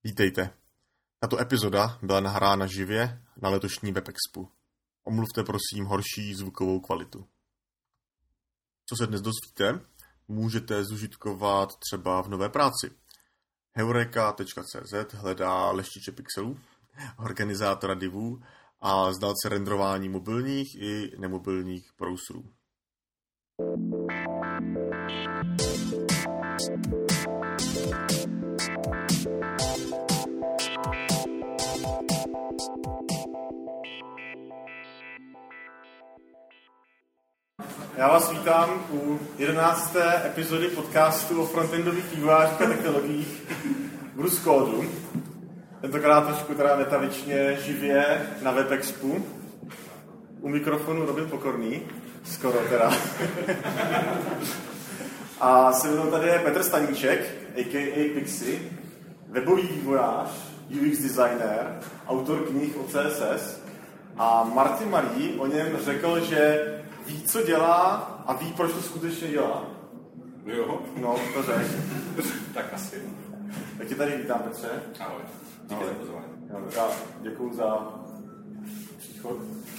Vítejte. Tato epizoda byla nahrána živě na letošní WebExpu. Omluvte prosím horší zvukovou kvalitu. Co se dnes dozvíte, můžete zužitkovat třeba v nové práci. Heureka.cz hledá leštiče pixelů, organizátora divů a znalce renderování mobilních i nemobilních browserů. Já vás vítám u 11. epizody podcastu o frontendových vývojářích a technologiích Bruce Code. Tentokrát trošku teda metavičně živě na WebExpu. U mikrofonu Robin Pokorný, skoro teda. A se mnou tady je Petr Staníček, a.k.a. Pixi, webový vývojář, UX designer, autor knih o CSS. A Martin Malý o něm řekl, že ví, co dělá a ví, proč to skutečně dělá. Jo? No, to řek. Tak asi. Tak tě tady vítám, Petře. Ahoj. Díky za pozvání. Já děkuju za příchod.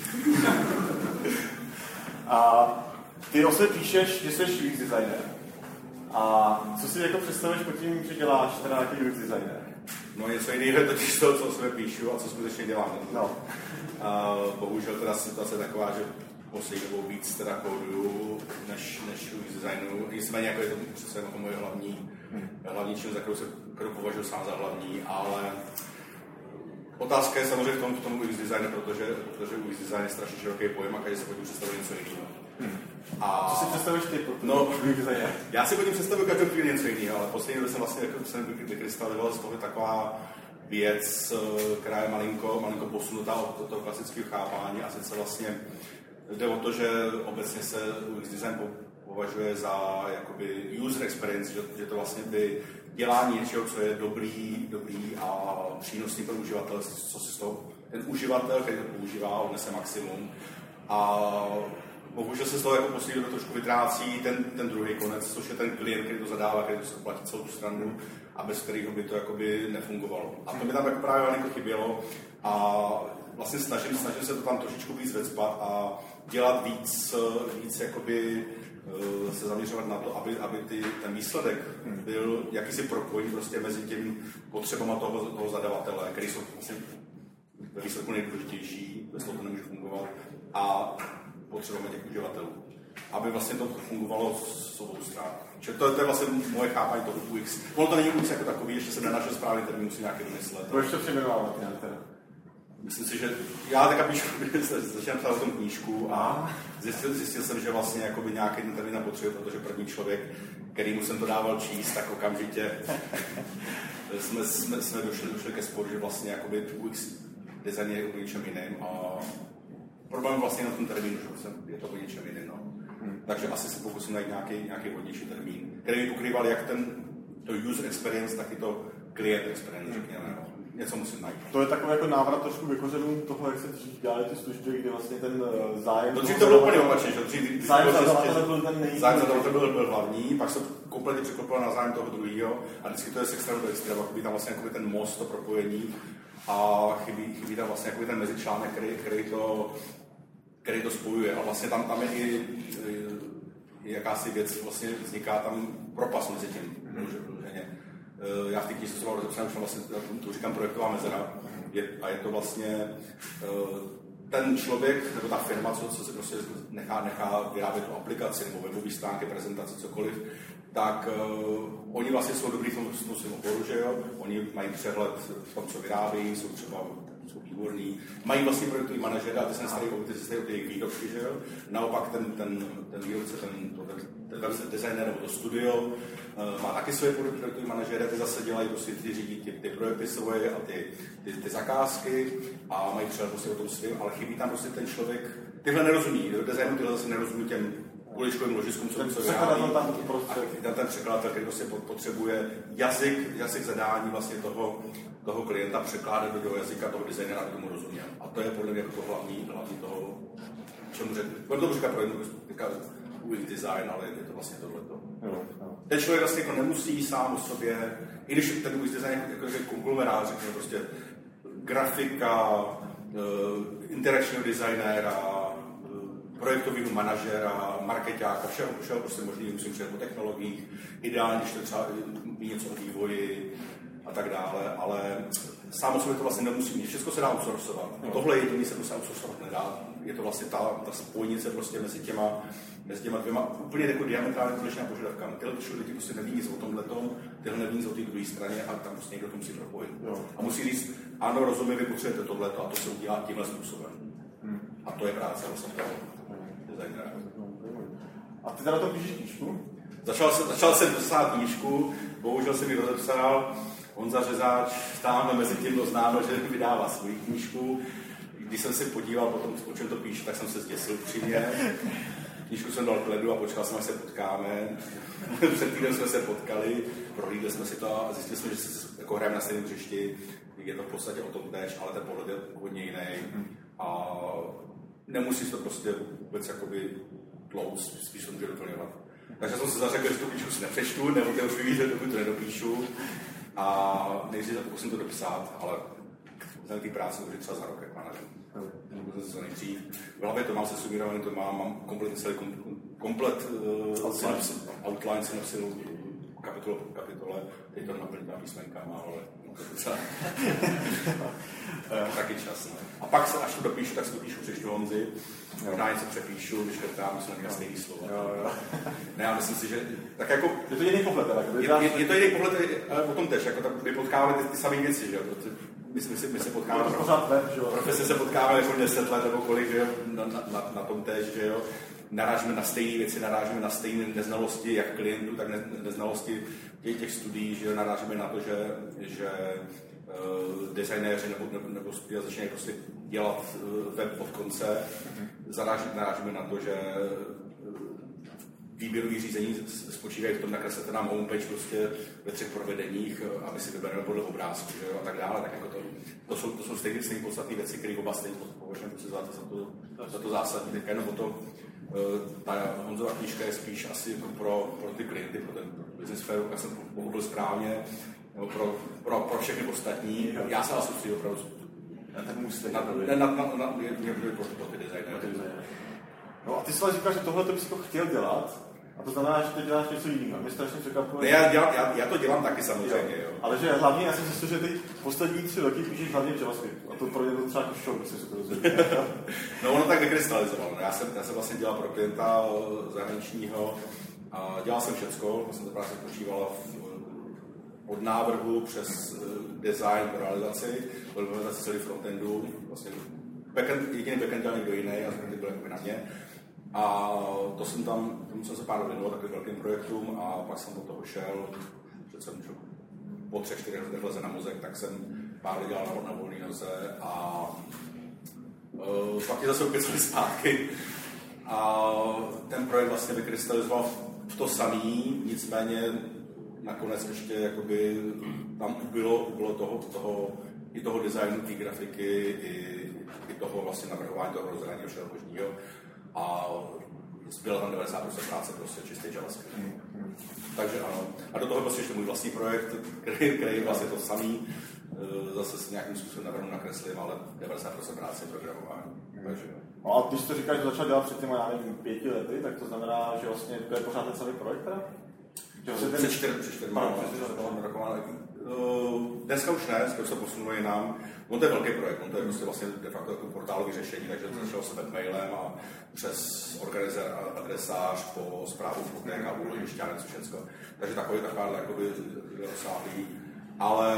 A ty o sobě píšeš, že jsi UX designer. A co si jako představuješ pod tím, že děláš teda nějaký UX designer? No něco jiného je totiž to, co o sobě píšu a co skutečně dělám. No. Bohužel teda situace je taková, že poslední dobou víc teda kóduju než UX designu. Nicméně jako je to přece jako moje hlavní činnost, kterou považuji sám za hlavní, ale otázka je samozřejmě v tom UX designu, protože UX design je strašně široký pojem a každý se pod tím představuje něco jiného. A co si představuješ ty pod UX design? Já si pod tím představuji každou chvíli něco jiného, ale poslední době jsem vlastně vykrystalizoval z toho taková věc, která je malinko posunutá od toho klasického chápání a sice vlastně jde o to, že obecně se UX design považuje za jakoby user experience, že to vlastně by dělání něčeho, co je dobrý a přínosný pro uživatele, co si z toho ten uživatel, který to používá, odnese maximum. A bohužel se z toho jako poslední době trošku vytrácí ten druhý konec, což je ten klient, který to zadává, který to platí celou tu stranu a bez kterého by to jakoby nefungovalo. A to mi tam jako právě malinko chybělo a vlastně snažím se to tam trošičku víc vecpat a dělat víc jakoby se zaměřovat na to, aby ten výsledek byl jakýsi propojení prostě mezi těmi potřebama toho zadavatele, který jsou vlastně ve výsledku nejdůležitější, bez toho to nemůže fungovat, a potřebujeme těch uživatelů. Aby vlastně to fungovalo s obou stran. Čili to je vlastně moje chápání toho UX. Ono to není UX jako takový, ještě jsem nenašel správný termín, musím nějaký vymyslet. Proč to přejmenoval? Myslím si, že já teďka píšu, začínám psát o tom knížku a zjistil jsem, že vlastně jakoby nějaký ten termín potřebuje, protože první člověk, kterýmu jsem to dával číst, tak okamžitě jsme došli ke sporu, že vlastně jakoby UX design je o něčem jiném a problém vlastně na tom termínu, že je to o něčem jiném. No. Takže asi se pokusím najít nějaký vhodnější termín, který by pokrýval jak to user experience, tak i to client experience, řekněme. No. Něco musím najít. To je takový jako návrat trošku ke kořenům toho, jak se dřív dělali ty služby, kdy vlastně ten zájem... Dřív to bylo úplně opačně, že zájem zadavatele byl ten nejvíc. Zájem zadavatele byl hlavní, pak se kompletně překlopilo na zájem toho druhého a vždycky to je z extrému do extrému, chybí tam vlastně ten most, to propojení a chybí tam vlastně ten mezičlánek, který to spojuje. A vlastně tam je i jakási věc, vlastně vzniká tam propast mezi tím. Já v té knize jsem rozepsal, že vlastně tu říkám projektová mezera a je to vlastně ten člověk nebo ta firma, co se prostě nechá vyrábět tu aplikaci nebo webové stránky, prezentace, cokoliv, tak oni vlastně jsou dobrý v tom svém oboru, že jo? Oni mají přehled v tom, co vyrábějí, jsou výborní, mají vlastně projektový manažer a ty se nestaví o ty jejich výrobky, že jo? Naopak ten výrobce, ten web designer nebo to studio má taky své projektový manažery, ty zase dělají prostě, ty řídí ty projekty svoje a ty zakázky a mají přehled prostě o tom svým, ale chybí tam prostě ten člověk, tyhle nerozumí, designu tyhle zase nerozumí těm kuličkovým ložiskům, co vyrábí. Ten překladatel, který prostě potřebuje jazyk zadání vlastně toho klienta překládat do jazyka toho designera, aby tomu rozuměl. A to je podle mě jako to hlavní toho, čemu řekl. Proto to říká UX design, ale je to vlastně tohleto. Ten člověk vlastně jako nemusí sám o sobě, i když ten UX design jako konglomerát, řekněme prostě grafika, interakčního designéra, projektového manažera, markeťáka, všeho prostě možný, musím přijít po technologiích, ideálně, když to třeba ví něco o vývoji a tak dále, ale sám o sobě to vlastně nemusí mít. Všechno se dá outsourcovat. Tohle jediný se prostě outsourcovat nedá. Je to vlastně ta spojnice prostě mezi těma dvěma úplně jako diametrálně odlišnými požadavkami. Tyhle lidi prostě neví nic o tomhletom, tyhle neví nic o té druhé straně a tam prostě někdo to musí propojit. A musí říct, ano, rozumím, vy potřebujete tohleto a to se udělá tímhle způsobem. A to je práce vlastně toho designéra. A ty teda to píšeš knížku? Začal jsem psát knížku, bohužel jsem ji rozepsal. Honza Řezáč tam mezi tím oznámil, že vydává svou knížku. Když jsem si podíval potom, o čem to píše, tak jsem se zděsil upřímně. Knížku jsem dal k ledu a počkal jsem, až se potkáme. Před týdnem jsme se potkali, prohlídli jsme si to a zjistili jsme, že se jako hrajeme na stejném hřišti. Je to v podstatě o tom též, ale ten pohled je hodně jiný. A nemusíš to prostě vůbec jakoby dlouho, spíš to může doplňovat. Takže jsem se zařekl, že tu knížku si nepřečtu, nebo to už vyvíjet, dokud to nedopíšu. A nejdřív pokusím to dopsat, ale za té práce může třeba za rok, jak má nejdřív. V hlavě to mám se sumírovaný, to mám kompletně celý komplet outline jsem napsil kapitolu po kapitole, teď to naplnit na písmenkama, ale to docela taky čas. Ne? A pak se, až to dopíšu, tak si to píšu, přečtu Honzi, možná něco přepíšu, vyškrtám, myslím na stejný slova. Ne, já myslím si, že tak jako... Je to jiný pohled, ale je to jiný pohled, ale potom tež, jako tak my potkáváme ty samé věci, že jo? My se potkáváme, profesně se potkáváme jako 10 let nebo kolik, že jo? Na tom též, že jo? Narážíme na stejné věci, narážíme na stejné neznalosti jak klientů, tak neznalosti těch studií, že narážíme na to, že designéři nebo studie začínají prostě dělat web od konce. Narážíme na to, že výběrový řízení spočívají v tom, nakreslete nám homepage prostě ve 3 provedeních, aby si vybereme podle obrázku, že jo, a tak dále. Tak jako to jsou stejně podstatné věci, které oba stejně považujeme za to zásadní. Teďka jenom o to, ta Honzova knížka je spíš asi jako pro ty klienty, pro ten business sféru, jak jsem pochopil správně, nebo pro všechny ostatní. Já se asociuji opravdu pro ty designéry. No a ty jsi ale říkal, že tohle to bys jako chtěl dělat, a to znamená, že ty děláš něco jiného. Mě strašně překvapuje. Já to dělám taky samozřejmě, jo. Ale že hlavně, já jsem zjistil, že ty poslední 3 roky píšeš hlavně v JavaScriptu. A to pro mě to třeba jako show, když se to dozvěděl. No ono tak vykrystalizovalo. Já jsem vlastně dělal pro klienta zahraničního a dělal jsem všecko. Vlastně ta práce spočívala od návrhu přes design pro realizaci celý frontendu. Vlastně jediný backend dělal někdo jiný a ty byl jako na mě. A tomu jsem se pár věnoval takovým velkým projektům a pak jsem do toho šel, přece po 3-4 letech leze na mozek, tak jsem pár dělal na volný noze a pak je zase opět zpátky. A ten projekt vlastně vykrystalizoval v to samý, nicméně nakonec ještě jakoby tam bylo toho designu, té grafiky, i toho vlastně navrhování toho rozhraní a všeho možného. A zbyla tam 90% práce prostě čistý JavaScript. Takže ano. A do toho prostě ještě můj vlastní projekt, který vlastně to samý, zase s nějakým způsobem navrhu nakreslím, ale 90% práce je programování. Takže no a když to říkáš, že začal dělat před těma, já nevím, 5 lety, tak to znamená, že vlastně to je pořád ten celý projekt teda? Před 4 dneska už ne, dneska se posunuli nám. On to je velký projekt, on to je prostě vlastně de facto jako portálový řešení, takže začalo se webmailem a přes organizer adresář po zprávu fotek a úložiště a něco všecko. Takže takováhle jakoby rozsáhlý. Ale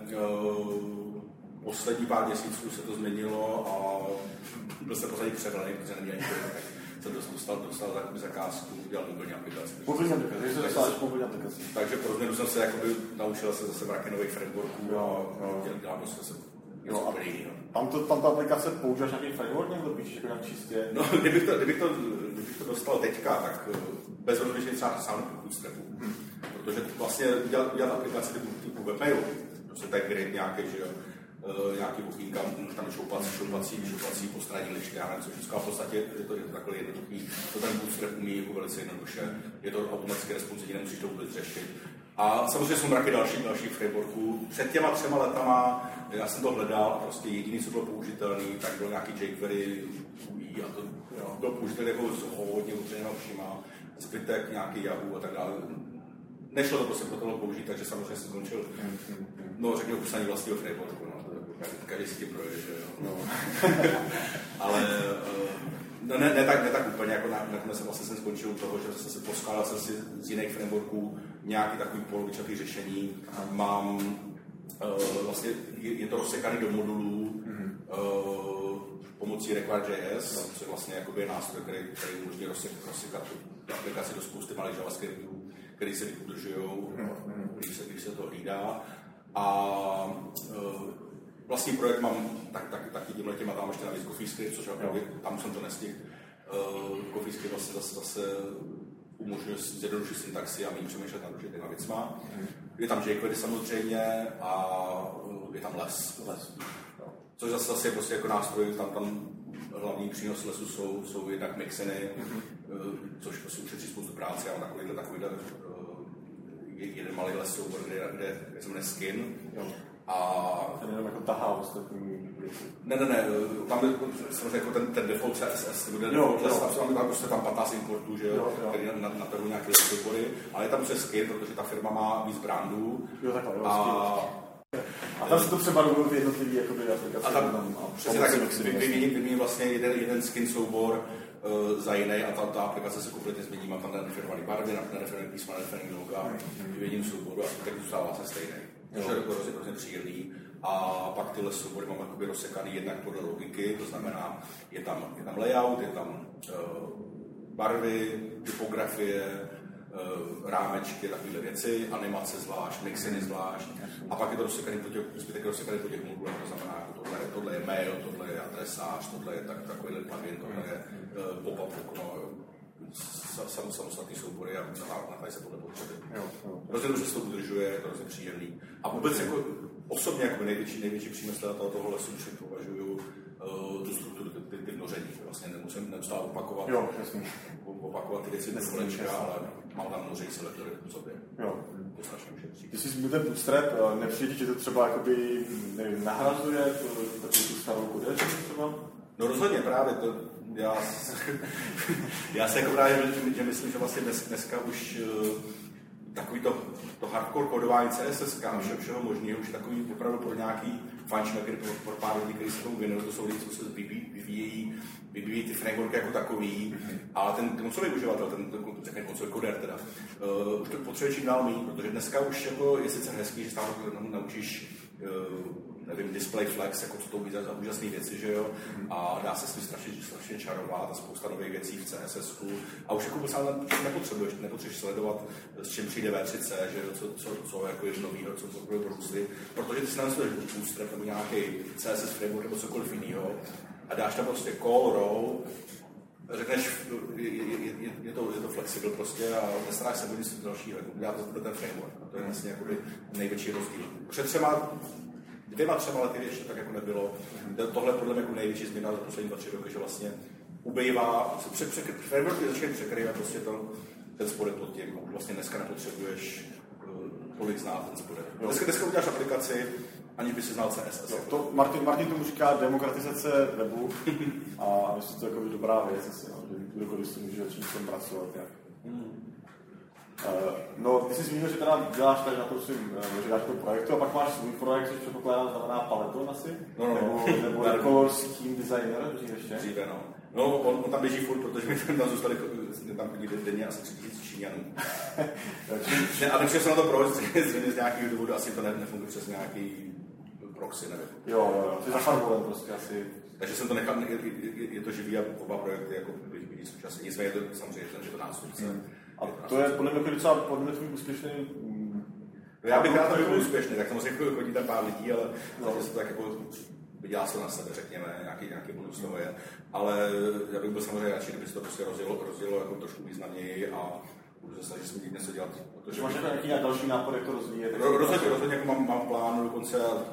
poslední pár měsíců se to změnilo a byl jsem pořádně převlený, protože neměl nikdo, tak jsem dostal zakázku, udělal mobilní aplikaci. Takže pro změnu jsem se jakoby naučil se zase mraky nových frameworků a dělám prostě se něco úplně jiného. Tam ta aplikace používáš nějaký framework, nebo to píšeš jako nějak čistě? No, kdybych to dostal teďka, tak bez rozlišení třeba sáhnu po bootstrapu. Protože vlastně udělat aplikaci typu webmailu, prostě tak grid nějaký, že jo, nějaký okýnka, tam šoupací postranní lišky, já nevím, co všechno, a v podstatě je to takhle jednoduchý. To ten bootstrap umí jako velice jednoduše, je to automatické responsivní, nemusíš to vůbec řešit. A samozřejmě jsou mraky dalších frameworků. Před těma 3 letama já jsem to hledal a prostě jediný, co bylo použitelný, tak byl nějaký jQuery UI a to bylo použitelné jako hodně upřeněno všima, zbytek nějaký Yahoo a tak dále. Nešlo to prostě pro tohle použít, takže samozřejmě jsem skončil, no řekněme, psaní vlastního frameworku, no. Každý si tím projde, že jo. No. Ale ne tak úplně, jako nakonec jsem skončil u toho, že jsem si poskládal si z jiných frameworků nějaký takový polovičatý řešení. Mám vlastně, je to rozsekaný do modulů pomocí Require.js, což je vlastně jakoby nástroj, který může rozsekat aplikaci do spousty malých JavaScriptů, který se udržujou, když se to hlídá. A vlastní projekt mám taky tímhletím a tam ještě navíc CoffeeScript, což tam jsem to nestihl. CoffeeScript vlastně zase umožňuje zjednodušit syntaxi a méně přemýšlet nad určitýma věcma. Je tam jQuery samozřejmě a je tam les. Což zase je prostě jako nástroj, tam hlavní přínos lesu jsou jednak mixiny, což prostě ušetří spoustu práce. Já mám takovýhle jeden malý les soubor, kde se jmenuje Skin. A ten jenom jako tahá ostatní věci. Ne, tam je samozřejmě jako ten default CSS, nebo default les, tam prostě tam 15 importů, že jo, který naperují nějaké soubory, ale je tam prostě Skin, protože ta firma má víc brandů. A tam se to přebarvuje v jednotlivý aplikace. A tam přesně tak vymění vlastně jeden skin soubor za jiný a ta aplikace se kompletně změní. Mám tam nedefinovaný barvy, nedefinovaný písma, nedefinovaný loga, vyměním souboru a tak zůstává vlastně stejný. To je hrozně příjemný. A pak tyhle soubory mám jakoby rozsekaný jednak podle logiky, to znamená, je tam layout, je tam barvy, typografie, rámečky, takovéhle věci, animace zvlášť, mixiny zvlášť. A pak je to rozsekaný po těch modulech, to znamená, tohle je mail, tohle je adresář, tohle je takovýhle plugin, tohle je pop-up, samostatný soubory a na tady se podle potřeby. Rozhodně, že se to udržuje, je to hrozně příjemný. A vůbec jako osobně jako největší přínos toho lesu, že považuju tu strukturu, ty množení. Vlastně nemusím neustále opakovat ty věci do kolečka, ale mám tam množení selektory v sobě. To strašně ušetří. Když jsi zmínil ten bootstrap, nepřijde, že to třeba jakoby, nevím, nahrazuje takovou tu starou kodečku třeba? No rozhodně právě to. Já se jako právě že myslím, že vlastně dneska už takový to hardcore kodování CSS a všeho možného už takový opravdu pro nějaký fajnšmekery, pro pár lidí, kteří se tomu věnují, to jsou lidi, co se vyvíjejí ty frameworky jako takový, ale ten koncový uživatel, ten koncový koder teda, už to potřebuje čím dál méně, protože dneska už jako je sice hezký, že stále naučíš nevím, display flex, jako co to bude za úžasné věci, že jo, a dá se s tím strašně čarovat a spousta nových věcí v CSS-ku a už jako nepotřebuješ sledovat, s čím přijde V3C, že jo, co jako je novýho, co bude Bruxy, protože ty si namyslíš Bootstrap nebo nějaký CSS framework nebo cokoliv jiného a dáš tam prostě call row, řekneš, je to flexible prostě a nestaráš se o nic dalšího, jako udělat to ten framework, a to je vlastně jakoby největší rozdíl. Před 2-3 lety ještě tak jako nebylo. Tohle podle mě jako největší změna za poslední 2-3 roky, že vlastně ubývá, frameworky začínají překrývat prostě ten spodek pod tím. Vlastně dneska nepotřebuješ tolik znát ten spodek. Dneska uděláš aplikaci, aniž by si znal CSS. Martin tomu říká demokratizace webu a myslím, že to je jako dobrá věc, že kdokoliv si může začít s tím pracovat. No, ty jsi zmínil, že teda děláš tady na to že dáš to projektu a pak máš svůj projekt, což předpokládám znamená Paleton asi? Nebo jako Scheme Designer, dříve, no. No, on tam běží furt, protože mi tam zůstali, tam chodí denně asi 3000 Číňanů. A nepřijel jsem na to proč, z nějakých důvodů asi to nefunguje přes nějaký proxy, nevím. Jo, ty zafarboval prostě asi. Takže jsem to nechal, je to živý a oba projekty jako běží současně, nicméně je to samozřejmě to nástupce. A to je podle mě docela tvůj úspěšný. Já bych rád byl úspěšný, tak samozřejmě chodí tam pár lidí, ale se to tak jako vydělá se na sebe, řekněme, nějaký bonus toho je. Ale já bych byl samozřejmě radši, kdyby se to prostě rozdělo jako trošku významněji a budu se snažit s něco dělat. Protože máš nějaký další nápad, jak to rozvíjet? Rozhodně jako mám plán dokonce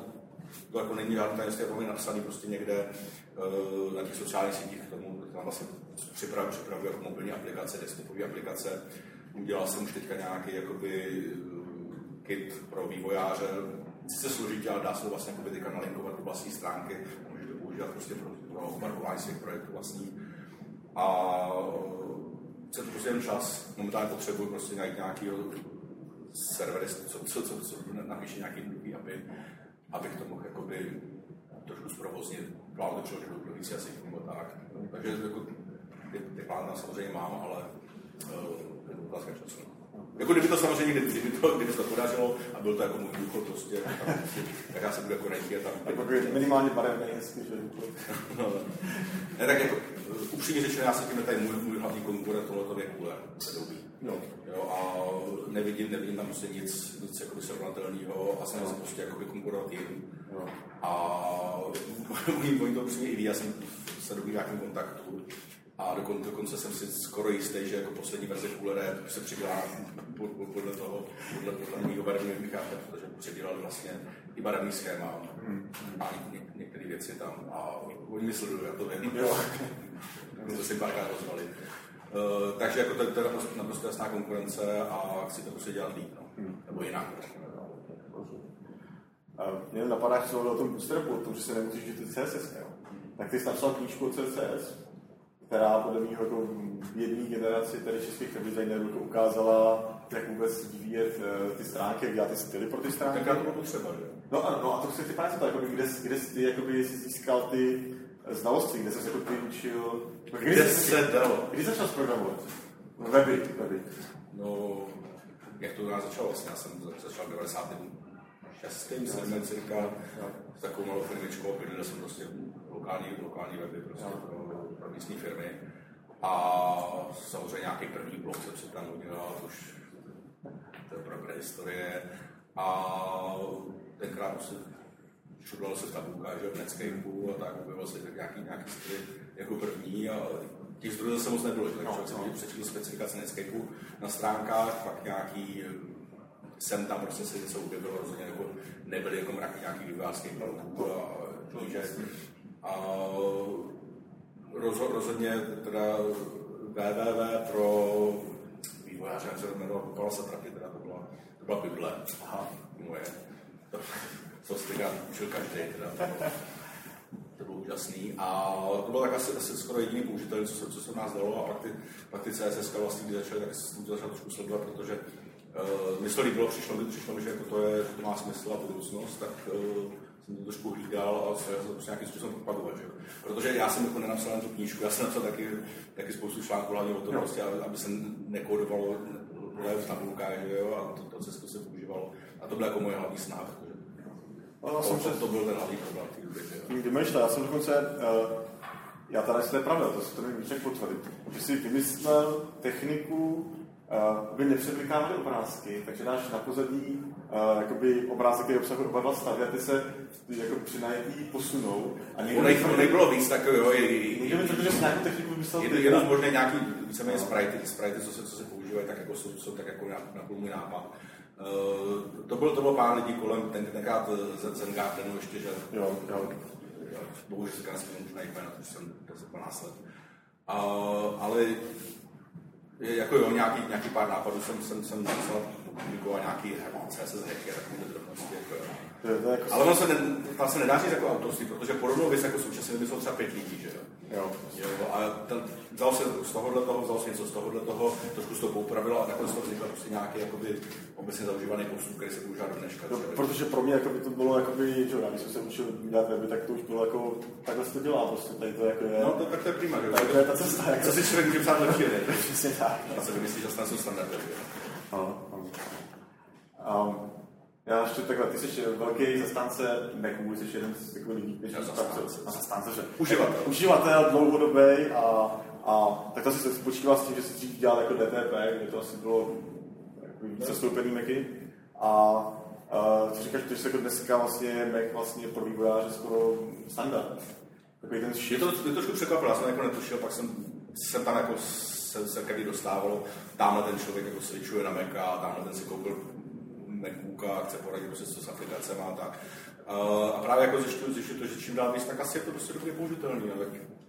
to jako není žádný tajemství, jako je napsaný prostě někde na těch sociálních sítích k tomu, tam vlastně připravuji jako mobilní aplikace, desktopové aplikace. Udělal jsem už teďka nějaký jakoby kit pro vývojáře, sice složitě, ale dá se to vlastně jakoby teďka nalinkovat do vlastní stránky, můžeš to používat prostě pro markování svých projektů vlastní. A chce to prostě jen čas, momentálně potřebuji prostě najít nějakýho servery, co napíše nějaký nový API, abych to mohl jakoby trošku zprovoznit, plán to člověk do víc jazyk nebo tak. Takže jako, ty plány samozřejmě mám, ale je to otázka času. Jako kdyby to samozřejmě, kdyby to podařilo a byl to jako můj důchod prostě, tak já se budu jako najít tam. Jako minimálně barevný hezky, že? Ne, tak jako upřímně řečeno, já se tím tady můj hlavní konkurent tohleto je Cooler, Adobe. Jo, a nevidím tam prostě nic jakoby srovnatelného a jsem prostě jakoby konkurovat jim. A oni to upřímně i ví, já jsem se dobrý v nějakém kontaktu. A dokonce jsem si skoro jistý, že jako poslední verze Coolera se přidělá podle toho mýho barevního micháče, protože předělali vlastně i barevný schéma a některé věci tam. A oni mi sledují, já to vím. To si párkrát rozvali. Takže jako to je naprosto jasná konkurence a chci to prostě dělat líp, nebo jinak. Mě napadá, že o tom bootstrapu, o tom, že se nemusíš žít CSS. Tak ty jsi napsal knížku o CSS, která podle mého jako v jedné generaci tady českých designerů ukázala, jak vůbec vyvíjet ty stránky, jak dělat ty styly pro ty stránky. Tak to bylo potřeba, že? No a to chci ty páně to, kde jsi jakoby získal ty znalosti, kde jsi jako ty učil... Kdy začal s programovat? Weby. No, jak to u nás začalo vlastně, já jsem začal v 96. jsem cirka s takovou malou firmičkou, bydlel jsem prostě lokální weby prostě pro místní firmy. A samozřejmě nějaký první blog jsem si tam udělal, už to je pro prehistorie. A tenkrát prostě šudlal se v tabulkách, že v Netscapeu a tak, objevil se nějaký styly jako první a těch zdrojů zase moc nebylo, takže člověk jsem přečetl specifikace Netscapeu na stránkách, pak nějaký sem tam prostě se něco objevilo, rozhodně jako nebyly jako mraky nějakých vývojářských blogů a knížek. A rozhodně teda www pro vývojáře, jak se jmenoval Kopala Satrapy, teda to byla Bible. Moje. To se tenkrát učil každý, teda to bylo úžasný. A to bylo tak asi skoro jediný použitelný, co se nás dalo, a pak ty CSS vlastně, když začaly, tak jsem to začal trošku sledovat, protože mi to líbilo, přišlo mi, že jako že to má smysl a budoucnost, tak jsem to trošku hlídal a se prostě nějakým způsobem propagovat, že? Protože já jsem jako nenapsal jen tu knížku, já jsem napsal taky spoustu článků hlavně o tom, prostě, aby se nekódovalo v tabulkách, že jo, a to cestu se používalo. A to byla jako moje hlavní snaha, protože to byl ten hlavní problém v té době. Vymýšlel, já jsem dokonce, já tady to je pravda, to mi můžeš potvrdit, že jsi vymyslel techniku, by nepřeklikávaly obrázky, takže dáš na pozadí jakoby obrázek, který obsahuje oba dva stavy a ty se jako při najetí posunou. A nebylo víc takového. Můžeme tvrdit, že jsi nějakou techniku vymyslel? Je to možná nějaký víceméně sprite, co se používají, tak jako jsou tak jako na můj nápad. To bylo pár lidí kolem, tenkrát Zen Gardenu ještě, že... Jo. Bohužel se kanským možná jméno, protože jsem 12 let. Ale jako jo, nějaký pár nápadů jsem napsal, publikoval nějaký CSS hacky a takové drobnosti. Ale tam se nedá říct jako autorství, protože podobnou věc jako současně vymyslel třeba 5 lidí, že jo. A vzal se z tohohle toho, vzal se něco z tohohle toho, trošku s toho poupravilo a nakonec to vznikl prostě nějaký jakoby obecně zaužívaný postup, který se používá do dneška. No, protože pro mě jakoby, to bylo jakoby, že když jsem se učil dělat weby, tak to už bylo jako, takhle se to dělá prostě, tady to jako je. No tak to je prima, že jo. To je ta cesta. Co si člověk může psát lepší, ne? Přesně tak. A co vymyslíš, že jsou standardy. Já ještě takhle, ty jsi velký zastánce Maců, jsi jeden z takových lidí, kteří zastánce, že uživatel dlouhodobý a tak to si spočíval s tím, že jsi dřív dělal jako DTP, kde to asi bylo více stoupený Macy a ty říkáš, že se jako dneska vlastně Mac vlastně pro vývojáře skoro standard. Takový ten shift. Je to trošku překvapilo, já jsem jako netušil, pak jsem tam jako se každý dostával, tamhle ten člověk jako switchuje na Maca, tamhle ten si koupil MacBooka, chce poradit prostě s aplikacemi a tak. A právě jako zjišťuji to, že čím dál víc, tak asi je to prostě dobře použitelný. No.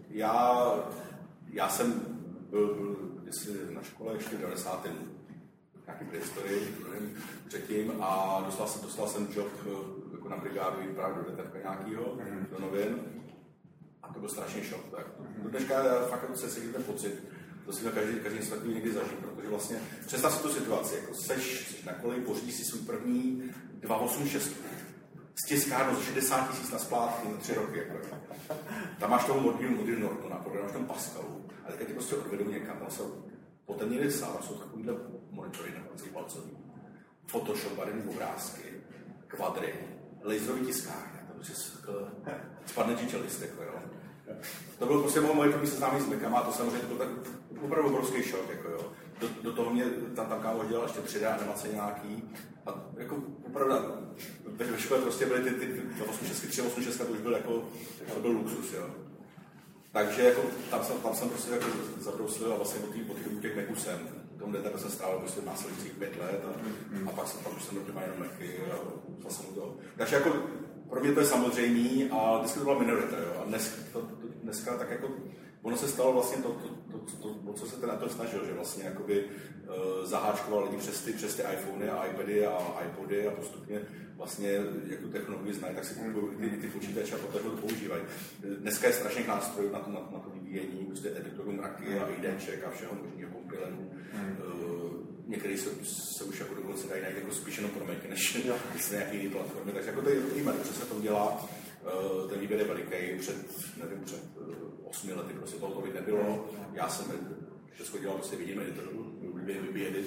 Já jsem byl na škole ještě v 90. nějaký prehistorii, předtím a dostal jsem job jako na brigádu právě do detekka nějakýho, do novin. A to byl strašný šok. Do dneška fakt se cítím ten pocit, to si každý se takový někdy zažil, protože vlastně představ si tu situaci, jako seš na koleji, pořídíš si svůj první 286 z tiskárnu za 60 000 na splátky na 3 roky. Jako. Tam máš toho modrý Nortona, máš tam Pascalu, ale teď prostě odvedou někam, tam jsou potemněný sál, jsou takovýhle monitory na palcový, Photoshop, barevné obrázky, kvadry, laserový tiskárny, to prostě spadne ti čelist, jako jo. To bylo prostě moje první seznámení s Mekama a to samozřejmě byl tak opravdu obrovský šok, jako jo. Do toho mě tam kámo dělal ještě 3D animace nějaký a jako opravdu ve škole prostě byly ty 386, to už byl jako, to byl luxus, jo. Takže jako, tam jsem prostě jako zabrouslil a vlastně od té dobu těch Maců jsem. V tom DTP jsem strávil prostě následujících 5 let a pak už jsem do jenom Macy a vlastně to. Takže jako pro mě to je samozřejmý a vždycky to byla minorita, jo. A dneska tak jako ono se stalo vlastně to co se ten na to snažil, že vlastně jakoby zaháčkoval lidi přes ty iPhony a iPady a iPody a postupně vlastně, jak tu technologii znají, tak si ty počítače a poté to používají. Dneska je strašných nástrojů na to vyvíjení, prostě editorů mraky a IDček a všeho možného kompilerů. Některý se už jako dokonce dají najít jako spíš jenom pro Mac, než nějaké jiné platformy. Takže jako to je víme, že se to dělá. Ten výběr je veliký, před 8 lety prostě toho tolik nebylo. Já jsem všechno dělal prostě vidím editoru, vybědy.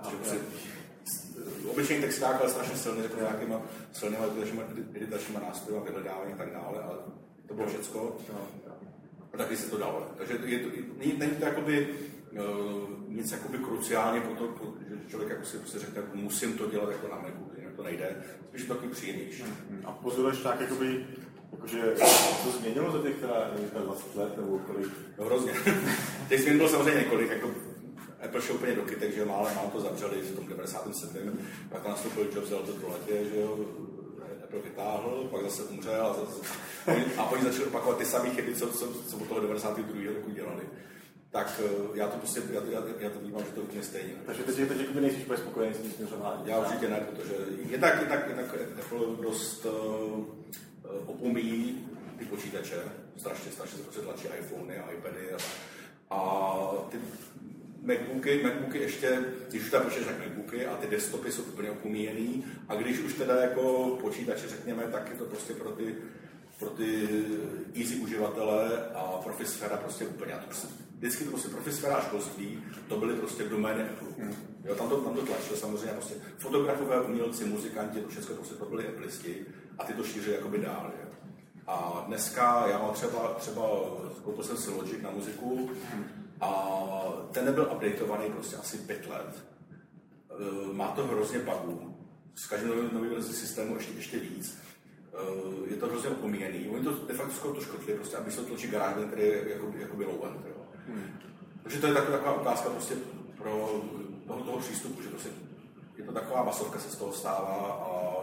Obyčejný texták, ale strašně silný, jako nějakýma silnýma editačníma nástroji a vyhledávání a tak dále, ale to bylo všecko. A taky se to dalo. Takže není to jakoby nic jakoby kruciálně pro to, že člověk jako si prostě řekne, musím to dělat jako na Macu, jinak to nejde. Spíš to takový příjemnější. A pozoruješ tak jakoby, jakože to změnilo za těch 20 let nebo kolik? No hrozně. Těch změn bylo samozřejmě několik, jako Apple šel úplně do kytek, že málo to zavřeli v tom 97. Pak nastoupil Jobs, vzal to do letě, že jo, Apple vytáhl, pak zase umřel a oni začali opakovat ty samé chyby, co od toho 92. roku dělali. Tak já to prostě, já to vnímám, že to je úplně stejně. Takže teď nejsi úplně spokojený s tím směřováním? Já určitě ne, protože jednak Apple dost opomíjí ty počítače, strašně se prostě tlačí iPhony a iPady a ty Macbooky ještě, když už tam počítač tak Macbooky a ty desktopy jsou úplně opomíjený a když už teda jako počítače řekněme, tak je to prostě pro ty easy uživatele a profisféra prostě úplně. Vždycky to prostě profisféra a školství, to byly prostě domény Apple. Jo, tam to tlačilo samozřejmě prostě fotografové, umělci, muzikanti, to všechno prostě to byly Appleisti a ty to šíří jakoby dál. Je. A dneska já mám třeba koupil jsem si Logic na muziku a ten nebyl updateovaný prostě asi 5 let. Má to hrozně bugů. S každým novým verzí systému ještě víc. Je to hrozně opomíjený. Oni to de facto to škrtli, prostě, aby se to tlačí GarageBand, který je jako low-end. Takže to je taková ukázka prostě pro toho přístupu, že prostě je to taková masovka se z toho stává a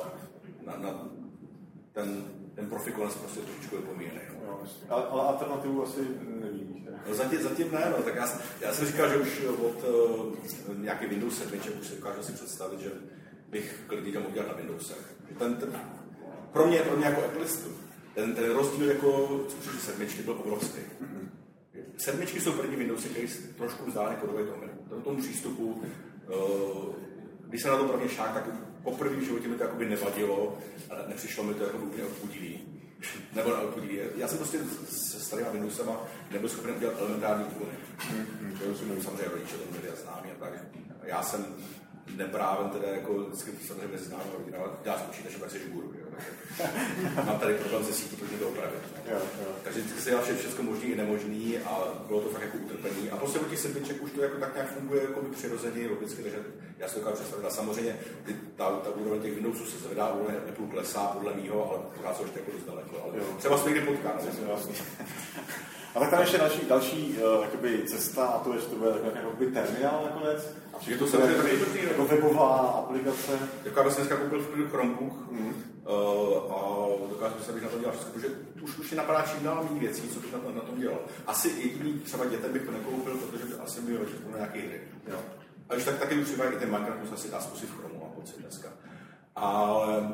ten profikonec prostě trošičku je pomíjený. No. Ale alternativu asi nevidíš. No, zatím ne, no. Tak já jsem říkal, že už od nějaký Windows 7 už si dokážu si představit, že bych klidně mohl dělat na Windowsech. Pro mě jako Appleistu, ten rozdíl jako co 7 byl obrovský. 7 jsou první Windowsy, které trošku vzdáleně podobají tomu přístupu. Když se na to prvně šák, tak poprvé v životě mi to jakoby nevadilo, ale nepřišlo mi to jako úplně odpudivý. Nebo neodpudivý. Já jsem prostě se starýma Windowsama nebyl schopen udělat elementární úkony. To jsou samozřejmě rodiče, to měli a známí a tak. Já jsem neprávem teda jako vždycky samozřejmě mezi známí rodina, ale dělá si počítač, pak seš guru. Mám tady problém se sítí, protože to opravit. Takže vždycky se dělá všechno možný i nemožný a bylo to fakt jako utrpení. A prostě od těch sedmiček už to jako tak nějak funguje jako přirozeně, logicky, takže já si to dokážu představit. A samozřejmě ta úroveň těch Windowsů se zvedá, úroveň Apple klesá podle mýho, ale pořád jsou ještě jako dost daleko. Ale třeba se někdy potká. A tak tam ještě další jakoby cesta, a to je, že to bude takový terminál nakonec. Je to samozřejmě taky dobrý. Jako webová aplikace. Jako já jsem dneska koupil v Chromebook a dokážu se, abych na to dělal všechno, protože už je napadá čím dál méně věcí, co bych na tom dělal. Asi jediný třeba dětem bych to nekoupil, protože by asi měl očekovat na nějaké hry. Jo. A už taky bych třeba i ten Minecraft asi dá zkusit v Chromu a pocit dneska. Ale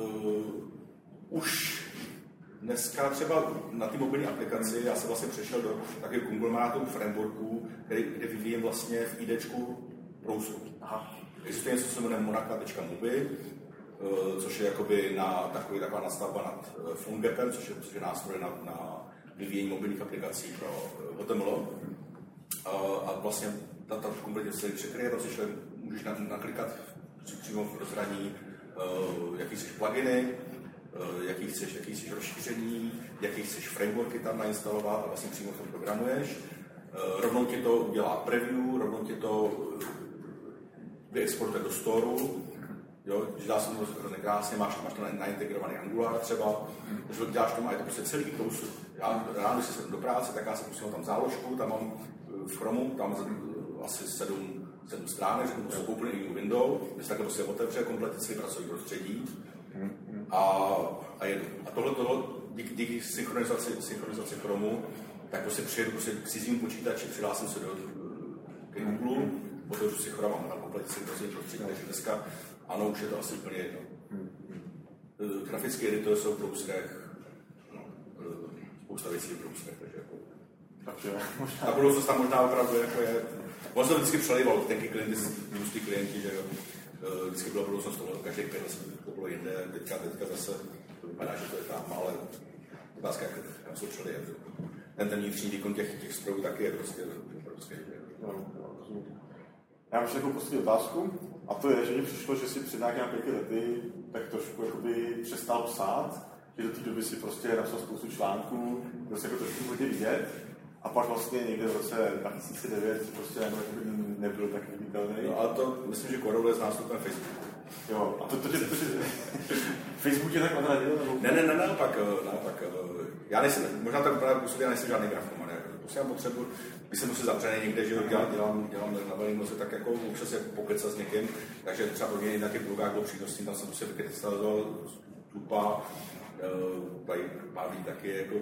už dneska třeba na té mobilní aplikaci já jsem vlastně přešel do takového konglomerátu frameworků, kde vyvíjím vlastně v IDčku browseru. Existuje něco, co se jmenuje Monaka.mobi, což je jakoby taková nastavba nad PhoneGapem, což je nástroj na vyvíjení mobilních aplikací pro HTML. A vlastně ta kompletně se překryje, protože můžeš naklikat přímo v rozhraní, jaký chceš pluginy, jaký chceš rozšíření, jaký chceš frameworky tam nainstalovat a vlastně přímo to programuješ. Rovnou ti to udělá preview, rovnou ti to vyexportuje do storu, jo, děláš to hrozně krásně, máš to naintegrovaný Angular třeba, takže děláš to, a je to prostě celý browser. Já ráno, když jsem do práce, tak já si pustím tam záložku, tam mám v Chromu, tam asi 7 stránek, že to jsou úplně jiný window, když takhle prostě otevře kompletně celý pracovní prostředí a jedu. A tohle díky synchronizaci Chromu, tak prostě přijedu k cizímu počítači, přihlásím se do Google, otevřu si Chrome, mám kompletně celý pracovní prostředí, takže dneska ano, už je to asi úplně jedno. Grafické editory jsou v browserech, spousta věcí v browserech, takže jako... A budoucnost tam možná opravdu jako je... On se to vždycky přelejval, tenky klienty, pustí klienti, že jo. Vždycky byla budoucnost tohle, každý klient to bylo jinde, teďka zase to vypadá, že to je tam, ale otázka, jak se přelije. Ten vnitřní výkon těch strojů taky je prostě Já mám ještě takovou poslední otázku, a to je, že mi přišlo, že si před nějakými 5 lety tak trošku jakoby přestal psát, že do té doby si prostě napsal spoustu článků, byl se jako trošku hodně vidět, a pak vlastně někde v roce 2009 prostě nebyl tak viditelný. No ale to myslím, že koreluje s nástupem Facebooku. Jo, a to Facebook je tak odradil? Ne, naopak. Já nejsem, možná tak právě působí, já nejsem žádný grafoman. Prostě mám potřebu, když jsem prostě zavřený někde, že dělám na velmi noze, tak jako občas jako pokecat s někým, takže třeba pro mě na těch blogách bylo přínosný, tam jsem prostě vykrystalizoval tupa, tady pár lidí taky jako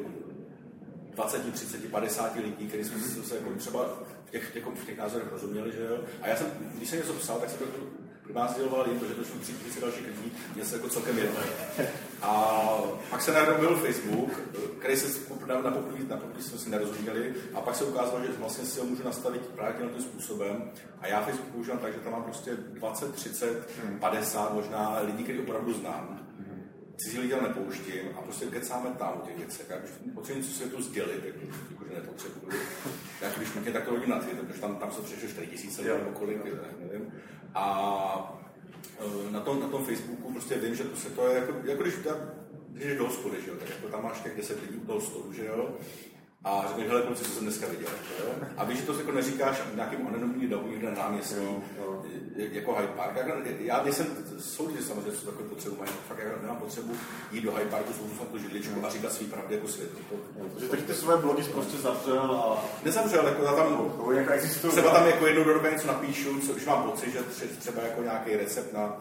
20, 30, 50 lidí, kteří jsme se jako třeba v těch názorech rozuměli, že jo. A já jsem, když jsem něco psal, tak jsem to primárně sděloval jim, protože to šlo 30 dalších lidí, mě se jako celkem jedno. A pak se najednou byl Facebook, který se na poprvé jsme si nerozuměli, a pak se ukázalo, že vlastně si ho můžu nastavit právě tím způsobem. A já Facebook používám tak, že tam mám prostě 20, 30, 50 možná lidí, který opravdu znám. Cizí lidi tam nepouštím a prostě kecáme tam u těch věcech. Já když potřebuji něco světu sdělit, jakože nepotřebuji. Já když mě tak to hodím na Twitter, protože tam se přešlo 4 000 lidí nebo kolik, nevím. A na tom Facebooku prostě vím, že prostě to je jako když jdeš do hospody, že jo, tak jako tam máš těch 10 lidí u toho stolu, že jo. A řekneš, hele, kluci, co jsem dneska viděl, jo? A víš, že to jako neříkáš nějakým anonymním davu někde na náměstí, jako Hyde Park. Já nejsem soudí, že samozřejmě co takové potřebu mají, fakt já nemám potřebu jít do Hyde Parku, jsou tu židličku a říkat svý pravdy jako světu. Takže tak ty své blogy prostě zavřel a... Nezavřel, jako já tam... Třeba tam jako jednou do doby něco napíšu, když mám pocit, že třeba jako nějaký recept na...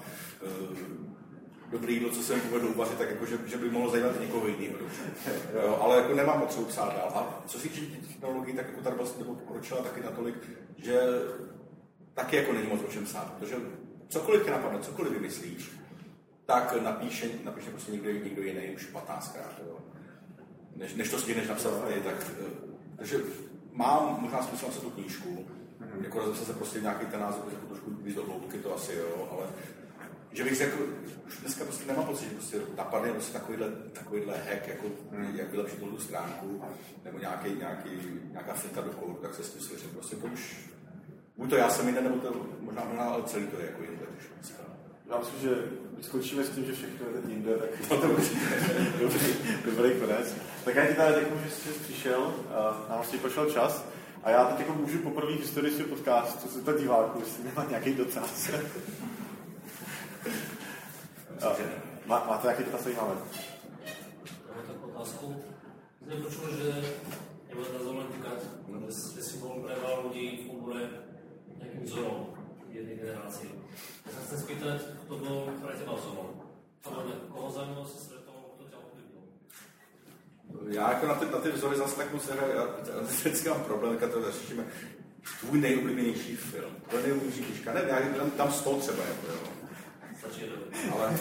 dobré jídlo, co jsem povedl uvařit, tak jako, že by mohlo zajímat někoho jiného. Ale jako nemám potřebu psát dál. A co se týče technologií, tak jako ta doba se pokročila taky natolik, že taky jako není moc o čem psát. Protože cokoliv tě napadne, cokoliv vymyslíš, tak napíše prostě někdo jiný už 15krát. Než to stihneš napsat, takže možná zkusím se tu knížku, jako zase prostě nějaký ten název, jako trošku víc do hloubky, to asi jo, ale že bych řekl, už dneska prostě nemám pocit, že prostě napadne prostě takovýhle hack, jako jak vylepšit tu stránku, nebo nějaká finta do kódu, tak se s tím slyším. Prostě to už, buď to já jsem jinde, nebo to možná, ale celý to je jako jinde. Já myslím, že když skončíme s tím, že všechno je teď jinde, tak to bude dobrý konec. Tak já ti tady děkuji, že jsi přišel, nám vlastně pošel čas. A já teď jako můžu poprvé v historii svého podcastu se to diváků, jestli nemá nějaký dotaz. Máte nějaký dotaz, máme? Máme takovou otázku. Jsem počul, že práci. Já jsem se spýtal, to bylo pre teba osobou. Koho zajímalo se světovou, to tě ovlivnilo? Já jako na ty vzory zase tak moc já vždycky mám problém, když to řešíme. Tvůj nejoblíbenější film, tvůj nejoblíbenější knížka, ne, já tam 100 třeba, jako jo. Stačí to. Ale...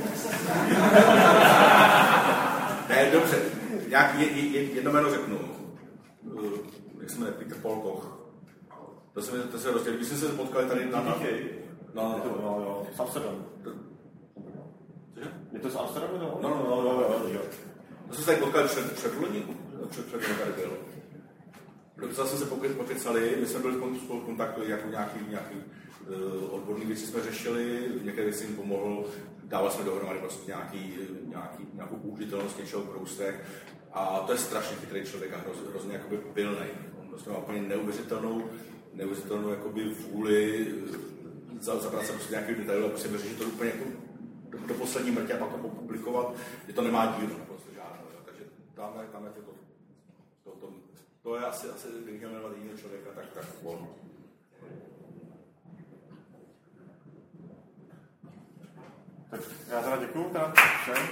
ne, dobře, nějak jedno jméno řeknu. Jak se jmenuje, Peter Paul Koch. To se rozdělí, když jsme se potkali tady na... No, z Amsterdamu. Cože? Je to z Amsterdamu? No. To jsme se tady potkali před loni, před tady byl. Docela jsme se pokecali, my jsme byli spolu v kontaktu, jako nějaký odborný věci jsme řešili, některé věci jim pomohl, dávali jsme dohromady prostě nějakou použitelnost něčeho pro ústek. A to je strašně chytrý člověk a hrozně jakoby pilnej. On prostě má úplně neuvěřitelnou jakoby vůli zabrat se prostě nějaký detail a prostě vyřešit to úplně jako do poslední mrtě a pak to publikovat, že to nemá díru prostě žádnou. Takže tam je to je asi když měl jmenovat jiného člověka, tak on. Tak já teda děkuju, všem.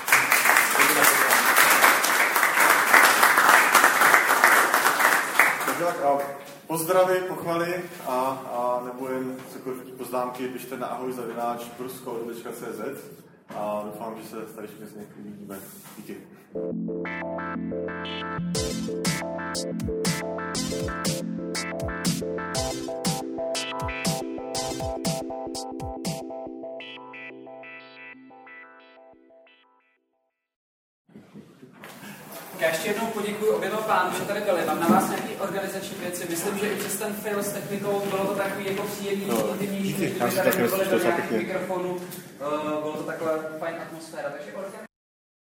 Tak a pozdravy, pochvaly a nebo jen cokoliv poznámky, pište na ahoj@bruscode.cz a doufám, že se tady všichni uvidíme. Díky. Já ještě jednou poděkuji oběma pánům, že tady byli. Mám na vás nějaké organizační věci. Myslím, že i přes ten fail s technikou bylo to takový jako příjemný, intimnější, kdyby tady nebyli do nějakých mikrofonů. Bylo to takhle fajn atmosféra. Takže